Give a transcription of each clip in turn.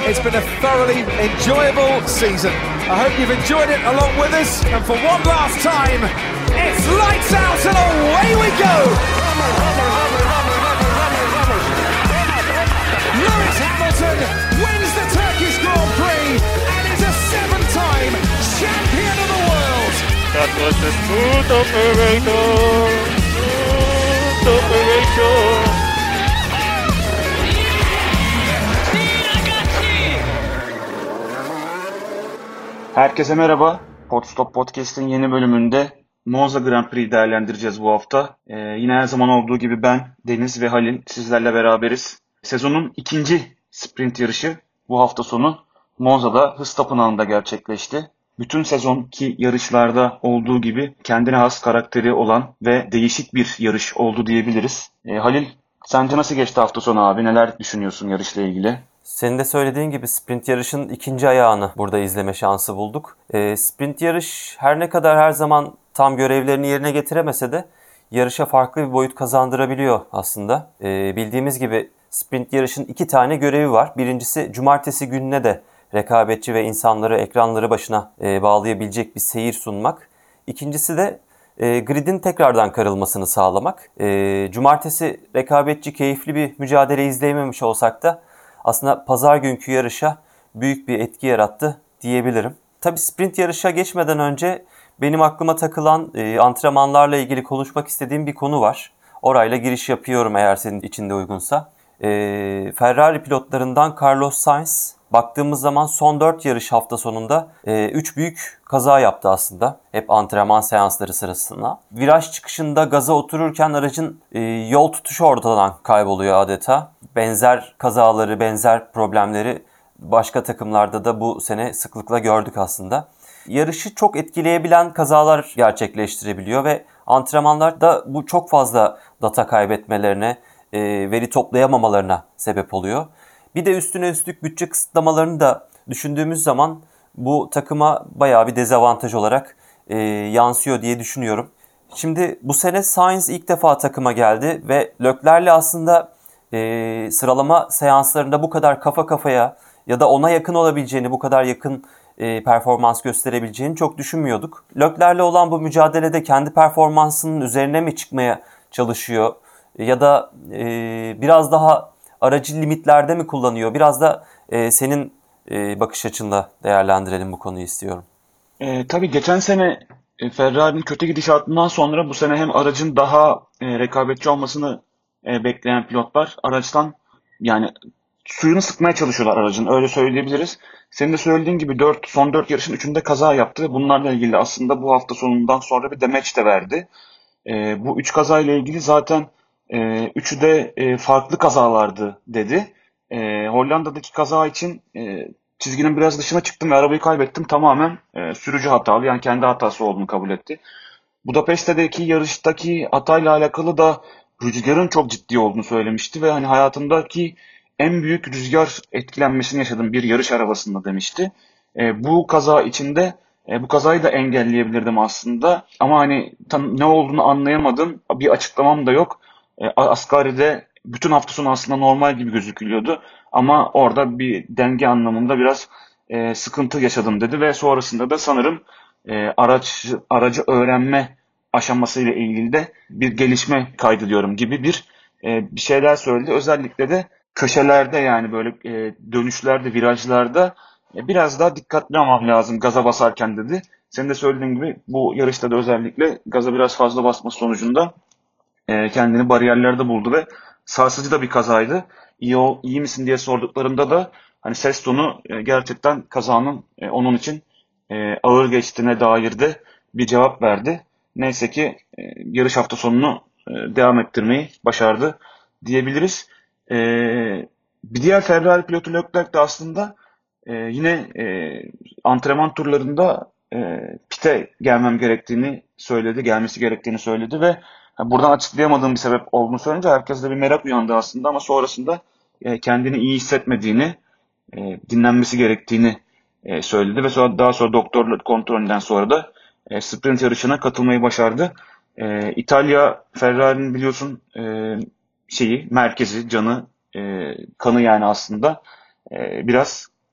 It's been a thoroughly enjoyable season. I hope you've enjoyed it along with us. And for one last time, it's lights out and away we go. Lewis Hamilton wins the Turkish Grand Prix and is a 7-time champion of the world. That was a smooth operator. Smooth operator. Herkese merhaba. Podstop Podcast'in yeni bölümünde Monza Grand Prix değerlendireceğiz bu hafta. Yine her zaman olduğu gibi ben, Deniz ve Halil sizlerle beraberiz. Sezonun ikinci sprint yarışı bu hafta sonu Monza'da hız tapınağında gerçekleşti. Bütün sezonki yarışlarda olduğu gibi kendine has karakteri olan ve değişik bir yarış oldu diyebiliriz. Halil, sence nasıl geçti hafta sonu abi? Neler düşünüyorsun yarışla ilgili? Senin de söylediğin gibi sprint yarışın ikinci ayağını burada izleme şansı bulduk. Sprint yarış her ne kadar her zaman tam görevlerini yerine getiremese de yarışa farklı bir boyut kazandırabiliyor aslında. Bildiğimiz gibi sprint yarışın iki tane görevi var. Birincisi cumartesi gününe de rekabetçi ve insanları ekranları başına bağlayabilecek bir seyir sunmak. İkincisi de gridin tekrardan karılmasını sağlamak. Cumartesi rekabetçi keyifli bir mücadele izleyememiş olsak da aslında pazar günkü yarışa büyük bir etki yarattı diyebilirim. Tabii sprint yarışa geçmeden önce benim aklıma takılan antrenmanlarla ilgili konuşmak istediğim bir konu var. Orayla giriş yapıyorum eğer senin için de uygunsa. Ferrari pilotlarından Carlos Sainz baktığımız zaman son 4 yarış hafta sonunda 3 büyük kaza yaptı aslında. Hep antrenman seansları sırasında. Viraj çıkışında gaza otururken aracın yol tutuşu ortadan kayboluyor adeta. Benzer kazaları, benzer problemleri başka takımlarda da bu sene sıklıkla gördük aslında. Yarışı çok etkileyebilen kazalar gerçekleştirebiliyor ve antrenmanlarda bu çok fazla data kaybetmelerine, veri toplayamamalarına sebep oluyor. Bir de üstüne üstlük bütçe kısıtlamalarını da düşündüğümüz zaman bu takıma bayağı bir dezavantaj olarak yansıyor diye düşünüyorum. Şimdi bu sene Sainz ilk defa takıma geldi ve Leclerc'le aslında sıralama seanslarında bu kadar kafa kafaya ya da ona yakın olabileceğini, bu kadar yakın performans gösterebileceğini çok düşünmüyorduk. Leclerc'le olan bu mücadelede kendi performansının üzerine mi çıkmaya çalışıyor ya da biraz daha aracı limitlerde mi kullanıyor? Biraz da senin bakış açınla değerlendirelim bu konuyu istiyorum. Tabii geçen sene Ferrari'nin kötü gidişatından sonra bu sene hem aracın daha rekabetçi olmasını bekleyen pilotlar araçtan yani suyunu sıkmaya çalışıyorlar aracın, öyle söyleyebiliriz. Senin de söylediğin gibi son 4 yarışın 3'ünde kaza yaptı. Bunlarla ilgili aslında bu hafta sonundan sonra bir demeç de verdi. Bu 3 kazayla ilgili zaten üçü de farklı kazalardı dedi. Hollanda'daki kaza için çizginin biraz dışına çıktım ve arabayı kaybettim. Tamamen sürücü hatalı, yani kendi hatası olduğunu kabul etti. Budapeşte'deki yarıştaki hatayla alakalı da rüzgarın çok ciddi olduğunu söylemişti ve hani hayatımdaki en büyük rüzgar etkilenmesini yaşadım bir yarış arabasında demişti. Bu kaza içinde bu kazayı da engelleyebilirdim aslında ama hani tam ne olduğunu anlayamadım. Bir açıklamam da yok. Asgari'de bütün hafta sonu aslında normal gibi gözükülüyordu ama orada bir denge anlamında biraz sıkıntı yaşadım dedi ve sonrasında da sanırım aracı öğrenme aşamasıyla ilgili de bir gelişme kaydediyorum gibi bir şeyler söyledi. Özellikle de köşelerde, yani böyle dönüşlerde, virajlarda biraz daha dikkatli olmam lazım gaza basarken dedi. Senin de söylediğin gibi bu yarışta da özellikle gaza biraz fazla basması sonucunda kendini bariyerlerde buldu ve sarsıcı da bir kazaydı. İyi misin diye sorduklarında da hani ses tonu gerçekten kazanın onun için ağır geçtiğine dair de bir cevap verdi. Neyse ki yarış hafta sonunu devam ettirmeyi başardı diyebiliriz. Bir diğer Ferrari pilotu Leclerc de aslında yine antrenman turlarında pite gelmesi gerektiğini söyledi ve buradan açıklayamadığım bir sebep olduğunu söyleyince herkeste bir merak uyandı aslında ama sonrasında kendini iyi hissetmediğini, dinlenmesi gerektiğini söyledi ve daha sonra doktor kontrolünden sonra da sprint yarışına katılmayı başardı. İtalya, Ferrari'nin biliyorsun merkezi, canı, kanı yani aslında biraz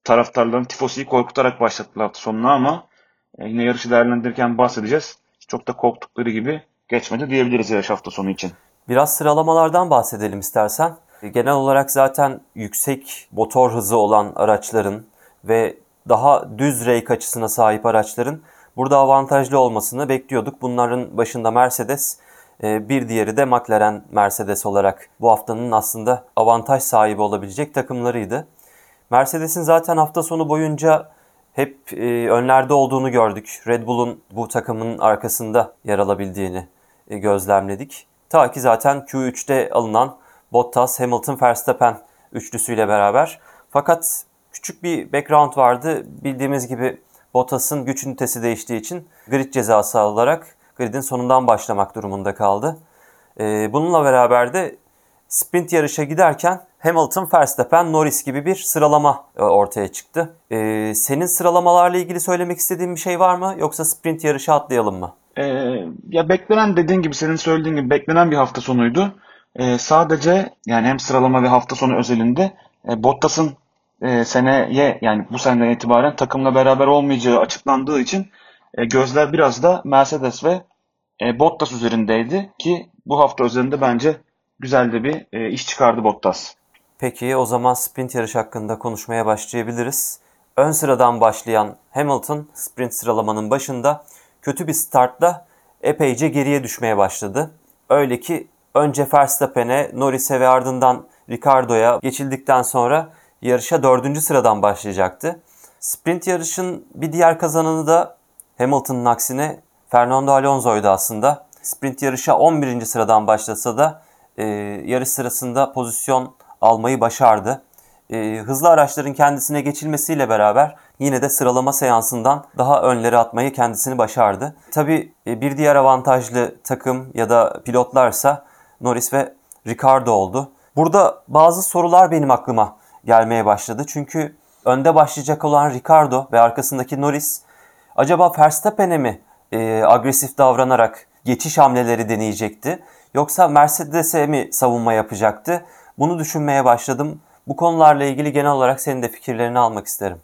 taraftarların tifosiyi korkutarak başlattılar hafta sonuna ama yine yarışı değerlendirirken bahsedeceğiz. Çok da korktukları gibi geçmedi diyebiliriz yarış hafta sonu için. Biraz sıralamalardan bahsedelim istersen. Genel olarak zaten yüksek motor hızı olan araçların ve daha düz rake açısına sahip araçların burada avantajlı olmasını bekliyorduk. Bunların başında Mercedes, bir diğeri de McLaren Mercedes olarak bu haftanın aslında avantaj sahibi olabilecek takımlarıydı. Mercedes'in zaten hafta sonu boyunca hep önlerde olduğunu gördük. Red Bull'un bu takımın arkasında yer alabildiğini gözlemledik. Ta ki zaten Q3'te alınan Bottas, Hamilton, Verstappen üçlüsüyle beraber. Fakat küçük bir background vardı. Bildiğimiz gibi Bottas'ın güç ünitesi değiştiği için grid cezası alarak gridin sonundan başlamak durumunda kaldı. Bununla beraber de sprint yarışa giderken Hamilton, Verstappen, Norris gibi bir sıralama ortaya çıktı. Senin sıralamalarla ilgili söylemek istediğin bir şey var mı? Yoksa sprint yarışı atlayalım mı? Ya beklenen, dediğin gibi, senin söylediğin gibi beklenen bir hafta sonuydu. Sadece yani hem sıralama ve hafta sonu özelinde Bottas'ın seneye, yani bu seneden itibaren takımla beraber olmayacağı açıklandığı için gözler biraz da Mercedes ve Bottas üzerindeydi ki bu hafta üzerinde bence güzel de bir iş çıkardı Bottas. Peki o zaman sprint yarış hakkında konuşmaya başlayabiliriz. Ön sıradan başlayan Hamilton sprint sıralamanın başında kötü bir startla epeyce geriye düşmeye başladı. Öyle ki önce Verstappen'e, Norris'e ve ardından Ricciardo'ya geçildikten sonra yarışa 4. sıradan başlayacaktı. Sprint yarışın bir diğer kazananı da Hamilton'ın aksine Fernando Alonso'ydu aslında. Sprint yarışa 11. sıradan başlasa da yarış sırasında pozisyon almayı başardı. Hızlı araçların kendisine geçilmesiyle beraber yine de sıralama seansından daha önlere atmayı kendisini başardı. Tabii bir diğer avantajlı takım ya da pilotlarsa Norris ve Ricciardo oldu. Burada bazı sorular benim aklıma gelmeye başladı. Çünkü önde başlayacak olan Ricciardo ve arkasındaki Norris acaba Verstappen'e mi agresif davranarak geçiş hamleleri deneyecekti? Yoksa Mercedes'e mi savunma yapacaktı? Bunu düşünmeye başladım. Bu konularla ilgili genel olarak senin de fikirlerini almak isterim.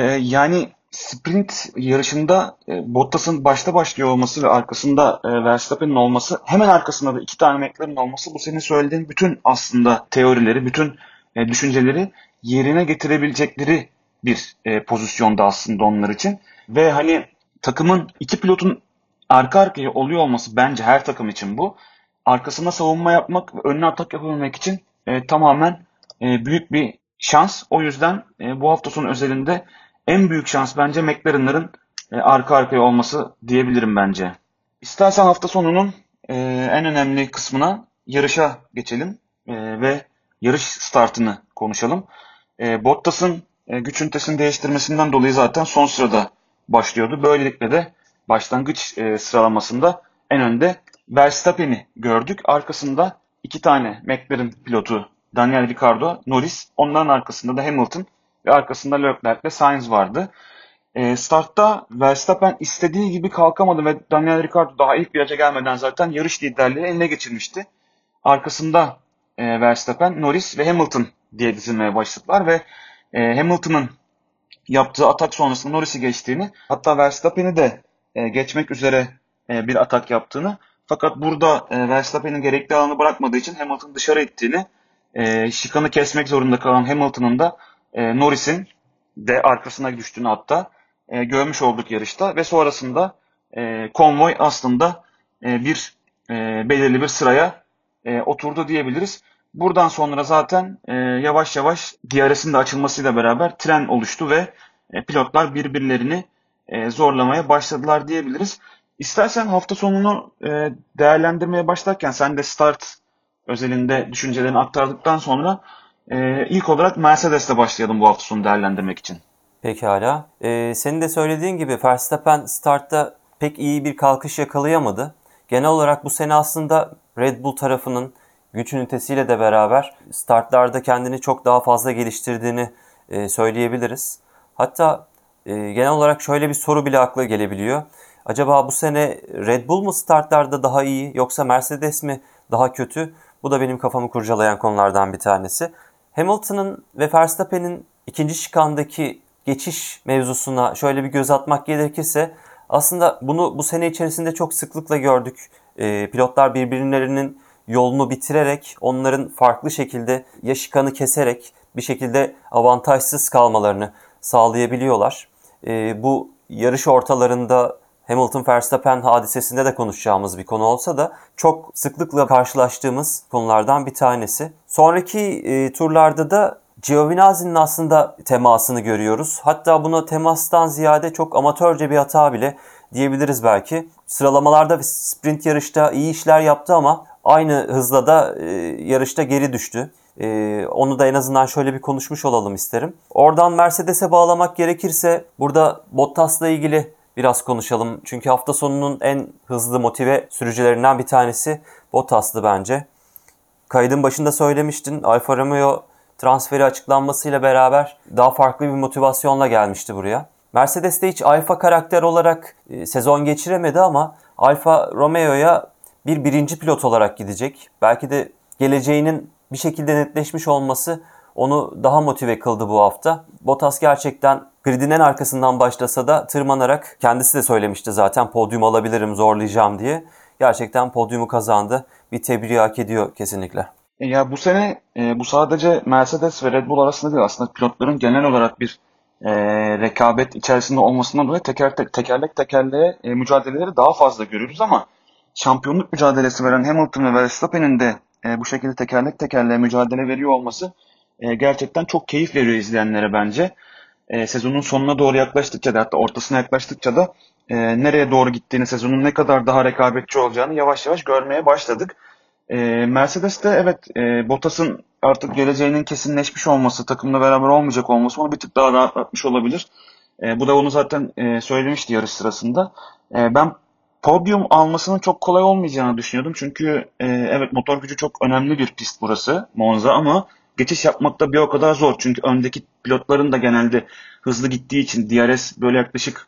Yani sprint yarışında Bottas'ın başta başlıyor olması ve arkasında Verstappen'in olması, hemen arkasında da 2 tane McLaren'in olması, bu senin söylediğin bütün aslında teorileri, bütün düşünceleri yerine getirebilecekleri bir pozisyonda aslında onlar için. Ve hani takımın 2 pilotun arka arkaya oluyor olması, bence her takım için bu. Arkasında savunma yapmak ve önüne atak yapabilmek için tamamen büyük bir şans. O yüzden bu hafta sonu özelinde en büyük şans bence McLaren'ların arka arkaya olması diyebilirim bence. İstersen hafta sonunun en önemli kısmına, yarışa geçelim ve yarış startını konuşalım. Bottas'ın güç ünitesini değiştirmesinden dolayı zaten son sırada başlıyordu. Böylelikle de başlangıç sıralamasında en önde Verstappen'i gördük. Arkasında 2 tane McLaren pilotu, Daniel Ricciardo, Norris. Onların arkasında da Hamilton ve arkasında Leclerc ve Sainz vardı. Startta Verstappen istediği gibi kalkamadı ve Daniel Ricciardo daha ilk viraja gelmeden zaten yarış liderliğini eline geçirmişti. Arkasında Verstappen, Norris ve Hamilton diye dizilmeye başladılar ve Hamilton'ın yaptığı atak sonrasında Norris'i geçtiğini, hatta Verstappen'i de geçmek üzere bir atak yaptığını, fakat burada Verstappen'in gerekli alanı bırakmadığı için Hamilton'ı dışarı ittiğini, şikanı kesmek zorunda kalan Hamilton'ın da Norris'in de arkasına düştüğünü hatta görmüş olduk yarışta ve sonrasında konvoy aslında belirli bir sıraya oturdu diyebiliriz. Buradan sonra zaten yavaş yavaş DRS'in de açılmasıyla beraber tren oluştu ve pilotlar birbirlerini zorlamaya başladılar diyebiliriz. İstersen hafta sonunu değerlendirmeye başlarken sen de start özelinde düşüncelerini aktardıktan sonra ilk olarak Mercedes'le başlayalım bu hafta sonu değerlendirmek için. Pekala. Senin de söylediğin gibi Verstappen startta pek iyi bir kalkış yakalayamadı. Genel olarak bu sene aslında Red Bull tarafının güç ünitesiyle de beraber startlarda kendini çok daha fazla geliştirdiğini söyleyebiliriz. Hatta genel olarak şöyle bir soru bile akla gelebiliyor. Acaba bu sene Red Bull mu startlarda daha iyi yoksa Mercedes mi daha kötü? Bu da benim kafamı kurcalayan konulardan bir tanesi. Hamilton'ın ve Verstappen'in ikinci şikandaki geçiş mevzusuna şöyle bir göz atmak gerekirse aslında bunu bu sene içerisinde çok sıklıkla gördük. Pilotlar birbirlerinin yolunu bitirerek, onların farklı şekilde ya şikanı keserek bir şekilde avantajsız kalmalarını sağlayabiliyorlar. Bu yarış ortalarında Hamilton-Verstappen hadisesinde de konuşacağımız bir konu olsa da çok sıklıkla karşılaştığımız konulardan bir tanesi. Sonraki turlarda da Giovinazzi'nin aslında temasını görüyoruz. Hatta buna temastan ziyade çok amatörce bir hata bile diyebiliriz belki. Sıralamalarda ve sprint yarışta iyi işler yaptı ama aynı hızla da yarışta geri düştü. Onu da en azından şöyle bir konuşmuş olalım isterim. Oradan Mercedes'e bağlamak gerekirse burada Bottas'la ilgili biraz konuşalım. Çünkü hafta sonunun en hızlı motive sürücülerinden bir tanesi Bottas'tı bence. Kaydın başında söylemiştin. Alfa Romeo transferi açıklanmasıyla beraber daha farklı bir motivasyonla gelmişti buraya. Mercedes'te hiç Alfa karakter olarak sezon geçiremedi ama Alfa Romeo'ya bir birinci pilot olarak gidecek. Belki de geleceğinin bir şekilde netleşmiş olması onu daha motive kıldı bu hafta. Bottas gerçekten gridin en arkasından başlasa da tırmanarak, kendisi de söylemişti zaten podyum alabilirim, zorlayacağım diye. Gerçekten podyumu kazandı. Bir tebriği hak ediyor kesinlikle. Ya bu sene bu sadece Mercedes ve Red Bull arasında değil, aslında pilotların genel olarak bir rekabet içerisinde olmasından dolayı tekerlek tekerleğe mücadeleleri daha fazla görüyoruz ama şampiyonluk mücadelesi veren Hamilton ve Verstappen'in de bu şekilde tekerlek tekerleğe mücadele veriyor olması gerçekten çok keyif veriyor izleyenlere bence. Sezonun sonuna doğru yaklaştıkça da, hatta ortasına yaklaştıkça da nereye doğru gittiğini, sezonun ne kadar daha rekabetçi olacağını yavaş yavaş görmeye başladık. Mercedes'te evet, Bottas'ın artık geleceğinin kesinleşmiş olması, takımla beraber olmayacak olması onu bir tık daha rahatlatmış olabilir. Bu da onu zaten söylemişti yarış sırasında. Ben podyum almasının çok kolay olmayacağını düşünüyordum. Çünkü evet, motor gücü çok önemli bir pist burası, Monza, ama geçiş yapmak da bir o kadar zor. Çünkü öndeki pilotların da genelde hızlı gittiği için DRS böyle yaklaşık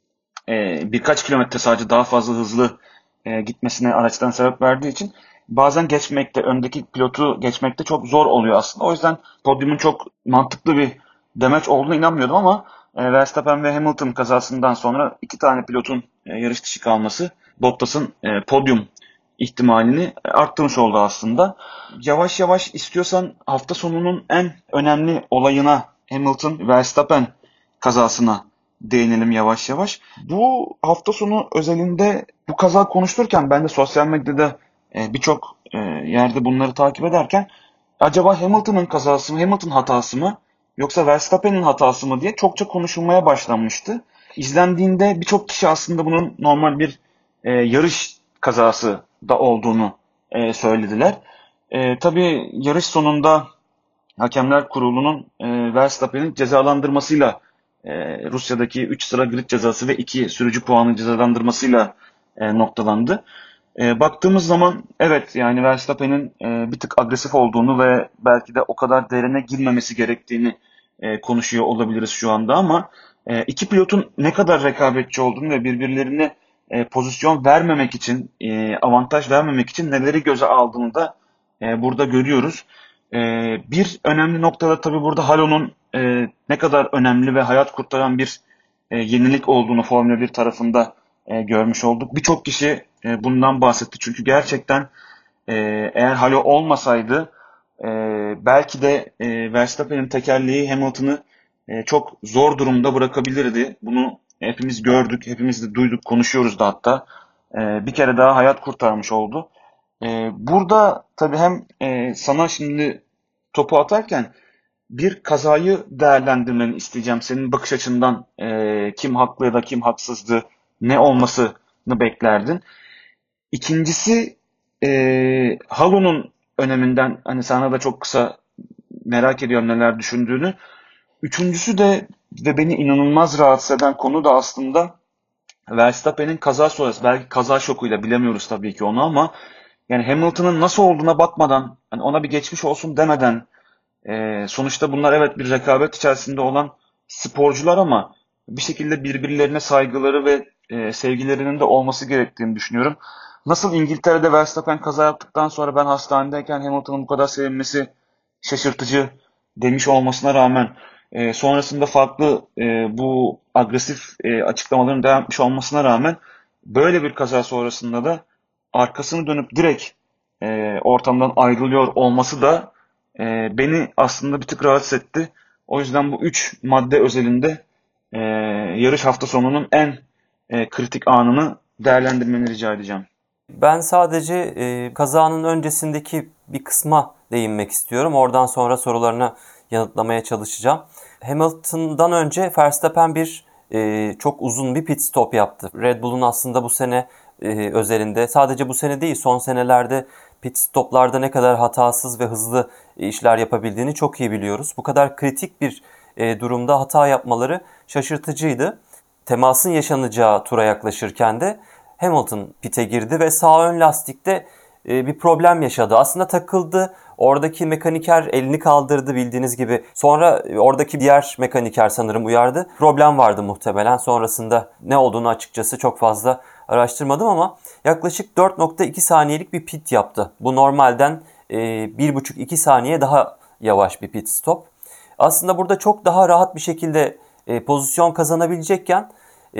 birkaç kilometre sadece daha fazla hızlı gitmesine araçtan sebep verdiği için bazen geçmekte, öndeki pilotu geçmekte çok zor oluyor aslında. O yüzden podyumun çok mantıklı bir demeç olduğuna inanmıyordum ama Verstappen ve Hamilton kazasından sonra iki tane pilotun yarış dışı kalması Bottas'ın podyum ihtimalini arttırmış oldu aslında. Yavaş yavaş istiyorsan hafta sonunun en önemli olayına, Hamilton-Verstappen kazasına değinelim yavaş yavaş. Bu hafta sonu özelinde bu kaza konuşulurken ben de sosyal medyada birçok yerde bunları takip ederken acaba Hamilton'ın kazası mı, Hamilton hatası mı yoksa Verstappen'in hatası mı diye çokça konuşulmaya başlanmıştı. İzlendiğinde birçok kişi aslında bunun normal bir yarış kazası da olduğunu söylediler. Tabii yarış sonunda Hakemler Kurulu'nun Verstappen'in cezalandırmasıyla, Rusya'daki 3 sıra grid cezası ve 2 sürücü puanı cezalandırmasıyla noktalandı. Baktığımız zaman evet, yani Verstappen'in bir tık agresif olduğunu ve belki de o kadar derine girmemesi gerektiğini konuşuyor olabiliriz şu anda ama iki pilotun ne kadar rekabetçi olduğunu ve birbirlerine pozisyon vermemek için, avantaj vermemek için neleri göze aldığını da burada görüyoruz. Bir önemli noktada tabii burada Halo'nun ne kadar önemli ve hayat kurtaran bir yenilik olduğunu Formula 1 tarafında görmüş olduk. Birçok kişi bundan bahsetti. Çünkü gerçekten eğer Halo olmasaydı belki de Verstappen'in tekerleği Hamilton'ı çok zor durumda bırakabilirdi. Bunu hepimiz gördük, hepimiz de duyduk, konuşuyoruz da hatta. Bir kere daha hayat kurtarmış oldu. Burada tabii hem sana şimdi topu atarken bir kazayı değerlendirmeni isteyeceğim. Senin bakış açından kim haklı ya da kim haksızdı, ne olmasını beklerdin. İkincisi Halo'nun öneminden, hani sana da çok kısa merak ediyorum neler düşündüğünü. Üçüncüsü de ve beni inanılmaz rahatsız eden konu da aslında Verstappen'in kaza sonrası, belki kaza şokuyla, bilemiyoruz tabii ki onu, ama yani Hamilton'ın nasıl olduğuna bakmadan, hani ona bir geçmiş olsun demeden, sonuçta bunlar evet bir rekabet içerisinde olan sporcular ama bir şekilde birbirlerine saygıları ve sevgilerinin de olması gerektiğini düşünüyorum. Nasıl İngiltere'de Verstappen kaza yaptıktan sonra ben hastanedeyken Hamilton'ın bu kadar sevinmesi şaşırtıcı demiş olmasına rağmen sonrasında farklı bu agresif açıklamaların devam etmiş olmasına rağmen böyle bir kaza sonrasında da arkasını dönüp direkt ortamdan ayrılıyor olması da beni aslında bir tık rahatsız etti. O yüzden bu 3 madde özelinde yarış hafta sonunun en kritik anını değerlendirmeni rica edeceğim. Ben sadece kazanın öncesindeki bir kısma değinmek istiyorum. Oradan sonra sorularını yanıtlamaya çalışacağım. Hamilton'dan önce Verstappen çok uzun bir pit stop yaptı. Red Bull'un aslında bu sene özelinde, sadece bu sene değil son senelerde pit stoplarda ne kadar hatasız ve hızlı işler yapabildiğini çok iyi biliyoruz. Bu kadar kritik bir durumda hata yapmaları şaşırtıcıydı. Temasın yaşanacağı tura yaklaşırken de Hamilton pit'e girdi ve sağ ön lastikte bir problem yaşadı. Aslında takıldı. Oradaki mekaniker elini kaldırdı bildiğiniz gibi. Sonra oradaki diğer mekaniker sanırım uyardı. Problem vardı muhtemelen. Sonrasında ne olduğunu açıkçası çok fazla araştırmadım ama yaklaşık 4.2 saniyelik bir pit yaptı. Bu normalden 1.5-2 saniye daha yavaş bir pit stop. Aslında burada çok daha rahat bir şekilde pozisyon kazanabilecekken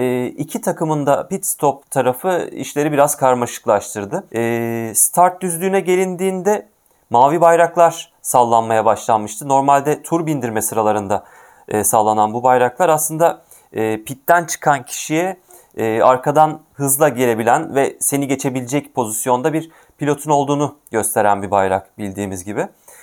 iki takımın da pit stop tarafı işleri biraz karmaşıklaştırdı. Start düzlüğüne gelindiğinde mavi bayraklar sallanmaya başlanmıştı. Normalde tur bindirme sıralarında sallanan bu bayraklar aslında pitten çıkan kişiye arkadan hızla gelebilen ve seni geçebilecek pozisyonda bir pilotun olduğunu gösteren bir bayrak bildiğimiz gibi.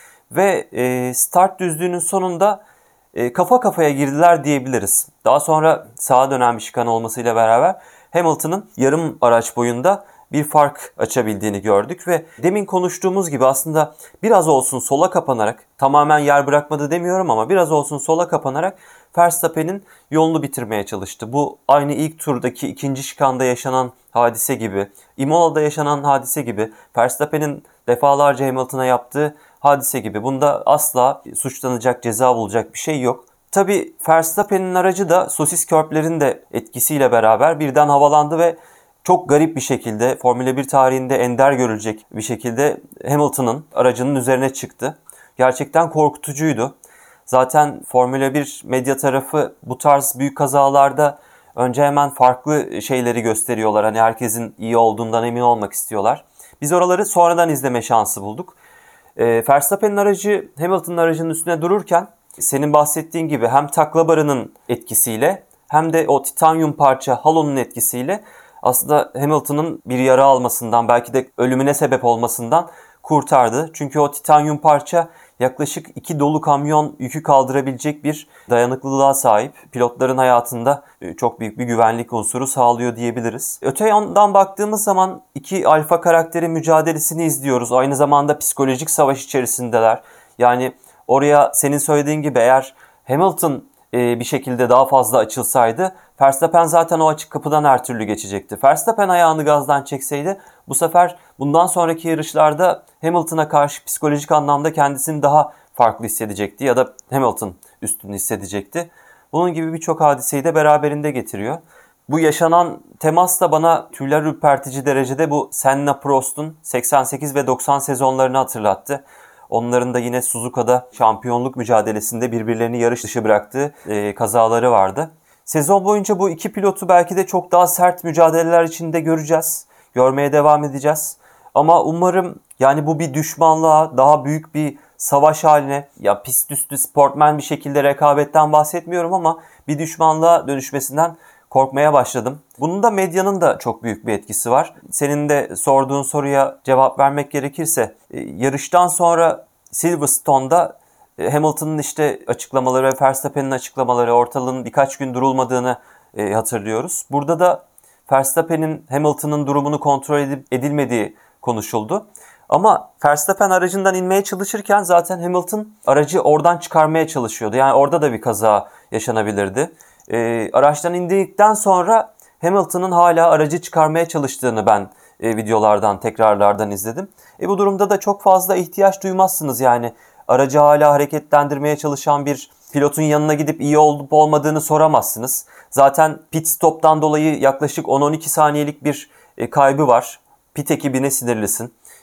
Ve start düzlüğünün sonunda kafa kafaya girdiler diyebiliriz. Daha sonra sağa dönen bir şikan olmasıyla beraber Hamilton'ın yarım araç boyunda bir fark açabildiğini gördük ve demin konuştuğumuz gibi aslında biraz olsun sola kapanarak, tamamen yer bırakmadı demiyorum ama biraz olsun sola kapanarak Verstappen'in yolunu bitirmeye çalıştı. Bu aynı ilk turdaki ikinci şikanda yaşanan hadise gibi, Imola'da yaşanan hadise gibi, Verstappen'in defalarca Hamilton'a yaptığı hadise gibi. Bunda asla suçlanacak, ceza bulacak bir şey yok. Tabii Verstappen'in aracı da sosis körplerin de etkisiyle beraber birden havalandı ve çok garip bir şekilde Formula 1 tarihinde ender görülecek bir şekilde Hamilton'ın aracının üzerine çıktı. Gerçekten korkutucuydu. Zaten Formula 1 medya tarafı bu tarz büyük kazalarda önce hemen farklı şeyleri gösteriyorlar. Hani herkesin iyi olduğundan emin olmak istiyorlar. Biz oraları sonradan izleme şansı bulduk. Verstappen'in aracı Hamilton'ın aracının üstüne dururken senin bahsettiğin gibi hem takla barının etkisiyle hem de o titanyum parça halonun etkisiyle aslında Hamilton'ın bir yara almasından belki de ölümüne sebep olmasından kurtardı. Çünkü o titanyum parça yaklaşık 2 dolu kamyon yükü kaldırabilecek bir dayanıklılığa sahip. Pilotların hayatında çok büyük bir güvenlik unsuru sağlıyor diyebiliriz. Öte yandan baktığımız zaman iki alfa karakterin mücadelesini izliyoruz. Aynı zamanda psikolojik savaş içerisindeler. Yani oraya senin söylediğin gibi eğer Hamilton bir şekilde daha fazla açılsaydı Verstappen zaten o açık kapıdan her türlü geçecekti. Verstappen ayağını gazdan çekseydi bu sefer bundan sonraki yarışlarda Hamilton'a karşı psikolojik anlamda kendisini daha farklı hissedecekti ya da Hamilton üstün hissedecekti. Bunun gibi birçok hadiseyi de beraberinde getiriyor. Bu yaşanan temas da bana tüyler ürpertici derecede bu Senna-Prost'un 88 ve 90 sezonlarını hatırlattı. Onların da yine Suzuka'da şampiyonluk mücadelesinde birbirlerini yarış dışı bıraktığı kazaları vardı. Sezon boyunca bu iki pilotu belki de çok daha sert mücadeleler içinde göreceğiz. Görmeye devam edeceğiz. Ama umarım yani bu bir düşmanlığa, daha büyük bir savaş haline, ya pist üstü sportmen bir şekilde rekabetten bahsetmiyorum ama bir düşmanlığa dönüşmesinden korkmaya başladım. Bunun da medyanın da çok büyük bir etkisi var. Senin de sorduğun soruya cevap vermek gerekirse yarıştan sonra Silverstone'da Hamilton'ın işte açıklamaları ve Verstappen'in açıklamaları, ortalığın birkaç gün durulmadığını hatırlıyoruz. Burada da Verstappen'in Hamilton'ın durumunu kontrol edilmediği konuşuldu. Ama Verstappen aracından inmeye çalışırken zaten Hamilton aracı oradan çıkarmaya çalışıyordu. Yani orada da bir kaza yaşanabilirdi. Araçtan indikten sonra Hamilton'ın hala aracı çıkarmaya çalıştığını ben videolardan, tekrarlardan izledim. Bu durumda da çok fazla ihtiyaç duymazsınız yani. Aracı hala hareketlendirmeye çalışan bir pilotun yanına gidip iyi olup olmadığını soramazsınız. Zaten pit stop'tan dolayı yaklaşık 10-12 saniyelik bir kaybı var. Pit ekibine sinirlisin.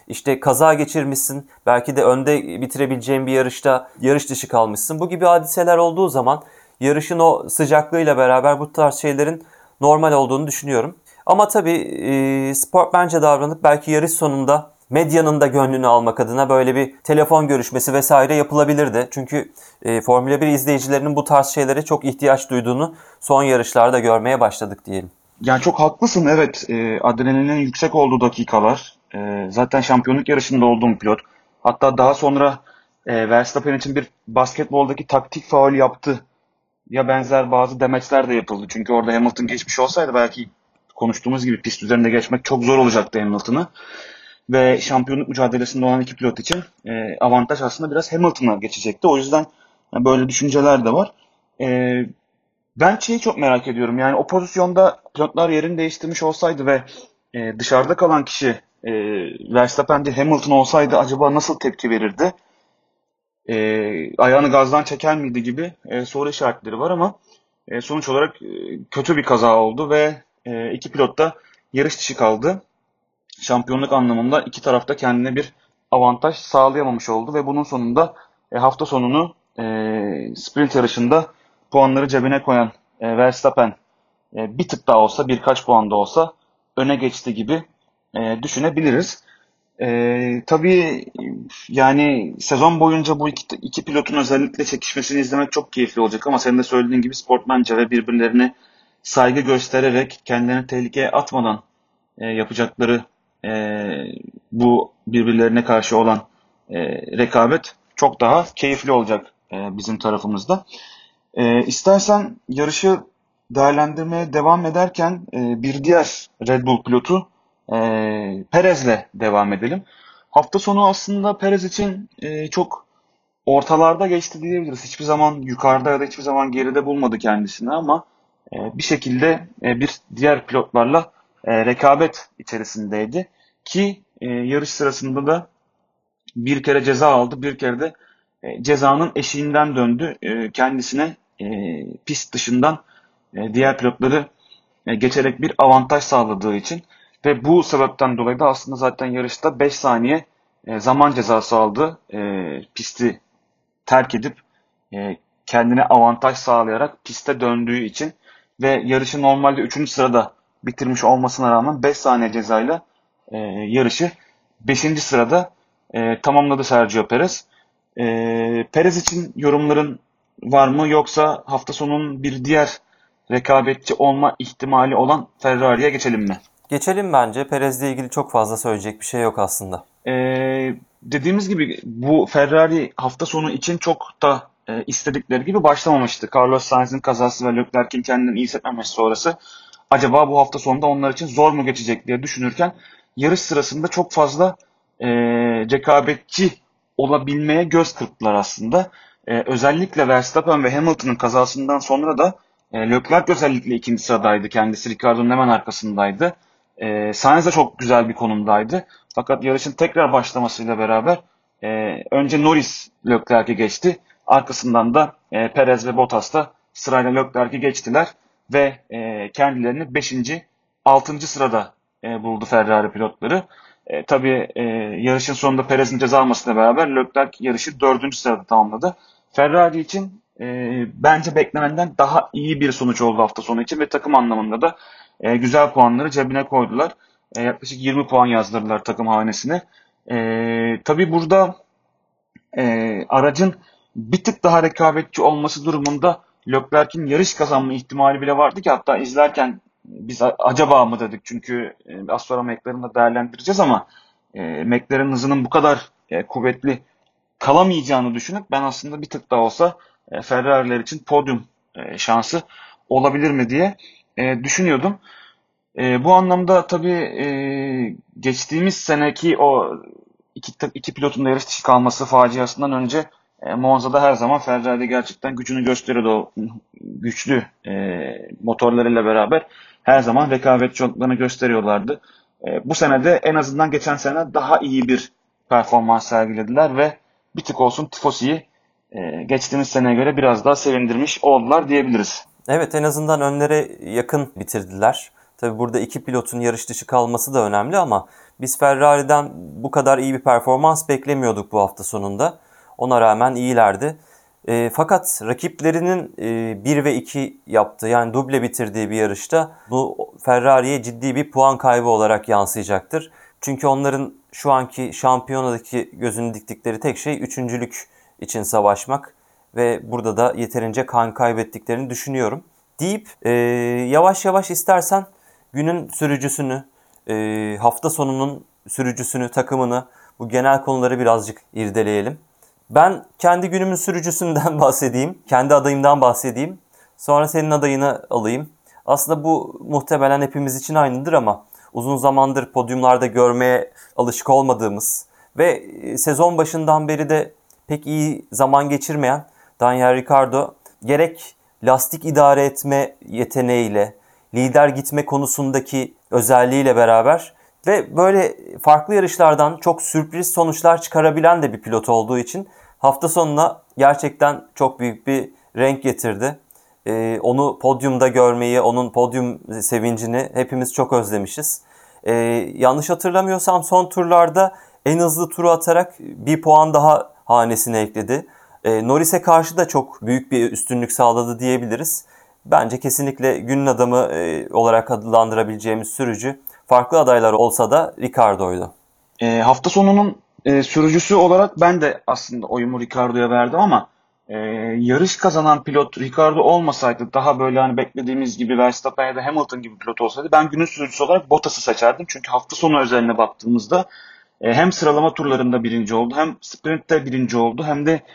İşte kaza geçirmişsin, belki de önde bitirebileceğin bir yarışta yarış dışı kalmışsın. Bu gibi hadiseler olduğu zaman yarışın o sıcaklığıyla beraber bu tarz şeylerin normal olduğunu düşünüyorum. Ama tabii sportmence davranıp belki yarış sonunda medyanın da gönlünü almak adına böyle bir telefon görüşmesi vesaire yapılabilirdi. Çünkü Formula 1 izleyicilerinin bu tarz şeylere çok ihtiyaç duyduğunu son yarışlarda görmeye başladık diyelim. Yani çok haklısın, evet. Adrenalinin yüksek olduğu dakikalar. Zaten şampiyonluk yarışında olduğum pilot. Hatta daha sonra Verstappen için bir basketboldaki taktik faul yaptı. Ya benzer bazı demeçler de yapıldı. Çünkü orada Hamilton geçmiş olsaydı belki konuştuğumuz gibi pist üzerinde geçmek çok zor olacaktı Hamilton'ı. Ve şampiyonluk mücadelesinde olan iki pilot için avantaj aslında biraz Hamilton'a geçecekti. O yüzden böyle düşünceler de var. E, Ben şeyi çok merak ediyorum. Yani o pozisyonda pilotlar yerini değiştirmiş olsaydı ve dışarıda kalan kişi Verstappen değil Hamilton olsaydı acaba nasıl tepki verirdi? Ayağını gazdan çeker miydi gibi soru işaretleri var ama sonuç olarak kötü bir kaza oldu ve iki pilot da yarış dışı kaldı. Şampiyonluk anlamında iki tarafta kendine bir avantaj sağlayamamış oldu ve bunun sonunda hafta sonunu sprint yarışında puanları cebine koyan Verstappen bir tık daha olsa, birkaç puan da olsa öne geçti gibi düşünebiliriz. Tabii yani sezon boyunca bu iki pilotun özellikle çekişmesini izlemek çok keyifli olacak ama senin de söylediğin gibi sportmence ve birbirlerine saygı göstererek kendilerini tehlikeye atmadan yapacakları e, bu birbirlerine karşı olan rekabet çok daha keyifli olacak bizim tarafımızda. İstersen yarışı değerlendirmeye devam ederken bir diğer Red Bull pilotu Perez'le devam edelim. Hafta sonu aslında Perez için çok ortalarda geçti diyebiliriz. Hiçbir zaman yukarıda ya da hiçbir zaman geride bulmadı kendisini ama bir şekilde bir diğer pilotlarla rekabet içerisindeydi. Ki yarış sırasında da bir kere ceza aldı, bir kere de cezanın eşiğinden döndü. Kendisine pist dışından diğer pilotları geçerek bir avantaj sağladığı için ve bu sebepten dolayı da aslında zaten yarışta 5 saniye zaman cezası aldı. Pisti terk edip kendine avantaj sağlayarak piste döndüğü için ve yarışı normalde 3. sırada bitirmiş olmasına rağmen 5 saniye cezayla yarışı 5. sırada tamamladı Sergio Perez. Perez için yorumların var mı yoksa hafta sonunun bir diğer rekabetçi olma ihtimali olan Ferrari'ye geçelim mi? Geçelim bence. Perez'le ilgili çok fazla söyleyecek bir şey yok aslında. Dediğimiz gibi bu Ferrari hafta sonu için çok da istedikleri gibi başlamamıştı. Carlos Sainz'in kazası ve Leclerc'in kendinden iyi hissetmemesi sonrası acaba bu hafta sonunda onlar için zor mu geçecek diye düşünürken yarış sırasında çok fazla rekabetçi olabilmeye göz kırptılar aslında. Özellikle Verstappen ve Hamilton'ın kazasından sonra da Leclerc özellikle ikinci sıradaydı. Kendisi Ricciardo'nun hemen arkasındaydı. Sainz de çok güzel bir konumdaydı. Fakat yarışın tekrar başlamasıyla beraber önce Norris Leclerc'i geçti. Arkasından da Perez ve Bottas da sırayla Leclerc'i geçtiler ve kendilerini 5. 6. sırada buldu Ferrari pilotları. Tabii yarışın sonunda Perez'in ceza almasıyla beraber Leclerc yarışı 4. sırada tamamladı. Ferrari için bence beklenenden daha iyi bir sonuç oldu hafta sonu için ve takım anlamında da güzel puanları cebine koydular. Yaklaşık 20 puan yazdırdılar takım hanesine. Tabii burada aracın bir tık daha rekabetçi olması durumunda Leclerc'in yarış kazanma ihtimali bile vardı ki hatta izlerken biz acaba mı dedik çünkü az sonra McLaren'ı değerlendireceğiz ama McLaren hızının bu kadar kuvvetli kalamayacağını düşünüp ben aslında bir tık daha olsa Ferrari'ler için podyum şansı olabilir mi diye düşünüyordum. Bu anlamda tabii geçtiğimiz seneki o iki pilotun da yarış dışı kalması faciasından önce Monza'da her zaman Ferrari gerçekten gücünü gösteriyordu. O güçlü motorlarıyla beraber her zaman rekabetçi olduklarını gösteriyorlardı. Bu sene de en azından geçen sene daha iyi bir performans sergilediler ve bir tık olsun Tifosi'yi geçtiğimiz seneye göre biraz daha sevindirmiş oldular diyebiliriz. Evet, en azından önlere yakın bitirdiler. Tabii burada iki pilotun yarış dışı kalması da önemli ama biz Ferrari'den bu kadar iyi bir performans beklemiyorduk bu hafta sonunda. Ona rağmen iyilerdi. Fakat rakiplerinin 1 ve 2 yaptığı, yani duble bitirdiği bir yarışta bu Ferrari'ye ciddi bir puan kaybı olarak yansıyacaktır. Çünkü onların şu anki şampiyonadaki gözünü diktikleri tek şey üçüncülük için savaşmak ve burada da yeterince kan kaybettiklerini düşünüyorum. Deyip yavaş yavaş istersen günün sürücüsünü, hafta sonunun sürücüsünü, takımını, bu genel konuları birazcık irdeleyelim. Ben kendi günümün sürücüsünden bahsedeyim, kendi adayımdan bahsedeyim. Sonra senin adayını alayım. Aslında bu muhtemelen hepimiz için aynıdır ama uzun zamandır podyumlarda görmeye alışık olmadığımız ve sezon başından beri de pek iyi zaman geçirmeyen Daniel Ricciardo gerek lastik idare etme yeteneğiyle, lider gitme konusundaki özelliğiyle beraber ve böyle farklı yarışlardan çok sürpriz sonuçlar çıkarabilen de bir pilot olduğu için hafta sonuna gerçekten çok büyük bir renk getirdi. Onu podyumda görmeyi, onun podyum sevincini hepimiz çok özlemişiz. Yanlış hatırlamıyorsam son turlarda en hızlı turu atarak bir puan daha hanesine ekledi. Norris'e karşı da çok büyük bir üstünlük sağladı diyebiliriz. Bence kesinlikle günün adamı olarak adlandırabileceğimiz sürücü, farklı adaylar olsa da Ricciardo'ydu. Hafta sonunun sürücüsü olarak ben de aslında oyumu Ricciardo'ya verdim ama yarış kazanan pilot Ricciardo olmasaydı, daha böyle hani beklediğimiz gibi Verstappen ya da Hamilton gibi pilot olsaydı, ben günün sürücüsü olarak Bottas'ı seçerdim. Çünkü hafta sonu özeline baktığımızda hem sıralama turlarında birinci oldu, hem sprintte birinci oldu, hem de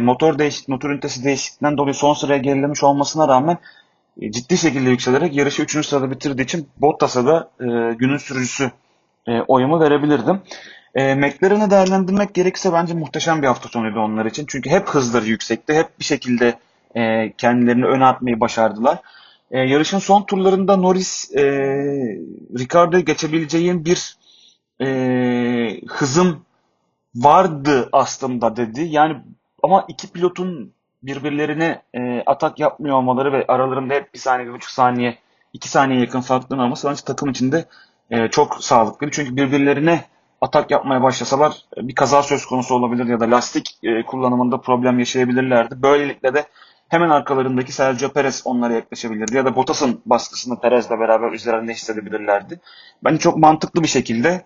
motor ünitesi değişikliğinden dolayı son sıraya gerilemiş olmasına rağmen ciddi şekilde yükselerek yarışı 3. sırada bitirdiği için Bottas'a da günün sürücüsü oyumu verebilirdim. McLaren'ı değerlendirmek gerekirse bence muhteşem bir hafta sonuydu onlar için. Çünkü hep hızları yüksekti. Hep bir şekilde kendilerini öne atmayı başardılar. Yarışın son turlarında Norris Ricciardo'yu geçebileceğin bir hızım vardı aslında dedi. Yani ama iki pilotun birbirlerine atak yapmıyor olmaları ve aralarında hep 1 saniye, 1,5 saniye, 2 saniye yakın farkların olması bence takım içinde çok sağlıklı. Çünkü birbirlerine atak yapmaya başlasalar bir kaza söz konusu olabilir ya da lastik kullanımında problem yaşayabilirlerdi. Böylelikle de hemen arkalarındaki Sergio Perez onlara yaklaşabilirdi ya da Bottas'ın baskısını Perez'le beraber üzerinde hissedebilirlerdi. Bence çok mantıklı bir şekilde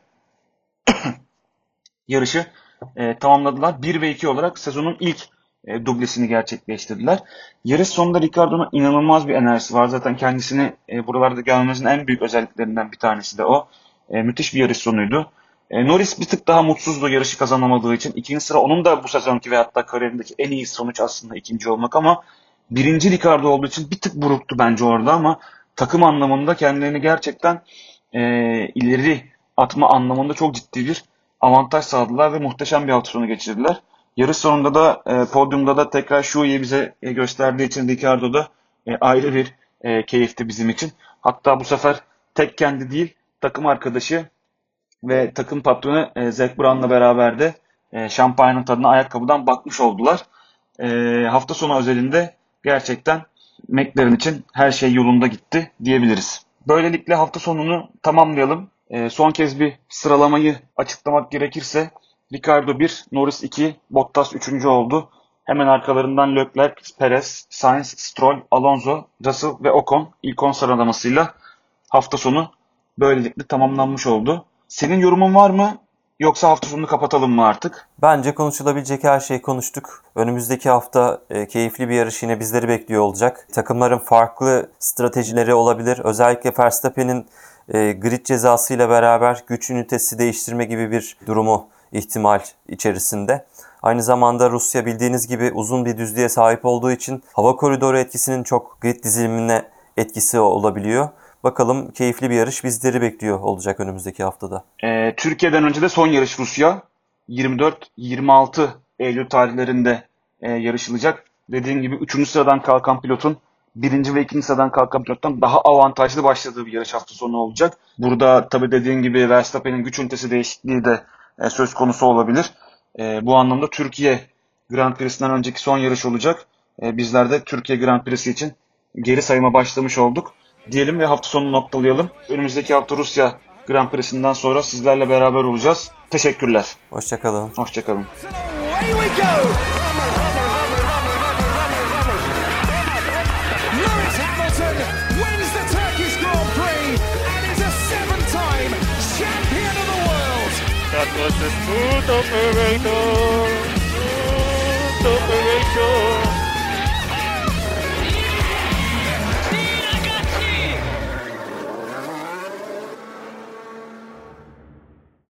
yarışı tamamladılar. 1 ve 2 olarak sezonun ilk dublesini gerçekleştirdiler. Yarış sonunda Ricciardo'nun inanılmaz bir enerjisi var. Zaten kendisini buralarda görmemizin en büyük özelliklerinden bir tanesi de o. Müthiş bir yarış sonuydu. Norris bir tık daha mutsuzdu yarışı kazanamadığı için. İkinci sıra onun da bu sezonki ve hatta kariyerindeki en iyi sonuç aslında ikinci olmak, ama birinci Ricciardo olduğu için bir tık buruktu bence orada, ama takım anlamında kendilerini gerçekten ileri atma anlamında çok ciddi bir avantaj sağladılar ve muhteşem bir hafta sonu geçirdiler. Yarış sonunda da podyumda da tekrar Shui'yi bize gösterdiği için Ricciardo da ayrı bir keyifti bizim için. Hatta bu sefer tek kendi değil, takım arkadaşı ve takım patronu Zac Brown'la beraber de şampanyanın tadına ayakkabıdan bakmış oldular. Hafta sonu özelinde gerçekten McLaren için her şey yolunda gitti diyebiliriz. Böylelikle hafta sonunu tamamlayalım. Son kez bir sıralamayı açıklamak gerekirse Ricciardo 1, Norris 2, Bottas 3. oldu. Hemen arkalarından Leclerc, Perez, Sainz, Stroll, Alonso, Russell ve Ocon ilk 10 sıralamasıyla hafta sonu böylelikle tamamlanmış oldu. Senin yorumun var mı? Yoksa hafta sonunu kapatalım mı artık? Bence konuşulabilecek her şeyi konuştuk. Önümüzdeki hafta keyifli bir yarış yine bizleri bekliyor olacak. Takımların farklı stratejileri olabilir. Özellikle Verstappen'in grid cezasıyla beraber güç ünitesi değiştirme gibi bir durumu ihtimal içerisinde. Aynı zamanda Rusya bildiğiniz gibi uzun bir düzlüğe sahip olduğu için hava koridoru etkisinin çok grid dizilimine etkisi olabiliyor. Bakalım, keyifli bir yarış bizleri bekliyor olacak önümüzdeki haftada. Türkiye'den önce de son yarış Rusya 24-26 Eylül tarihlerinde yarışılacak. Dediğim gibi 3. sıradan kalkan pilotun 1. ve 2. sıradan kalkan pilottan daha avantajlı başladığı bir yarış hafta sonu olacak. Burada tabii dediğim gibi Verstappen'in güç ünitesi değişikliği de söz konusu olabilir. Bu anlamda Türkiye Grand Prix'sinden önceki son yarış olacak. Bizler de Türkiye Grand Prix'si için geri sayıma başlamış olduk. diyelim ve hafta sonunu noktalayalım. Önümüzdeki hafta Rusya Grand Prix'sinden sonra sizlerle beraber olacağız. Teşekkürler. Hoşçakalın. Hoşçakalın. Away we go! Lewis Hamilton wins the Turkish Grand Prix and is a 7-time champion of the world. That was the smooth operator.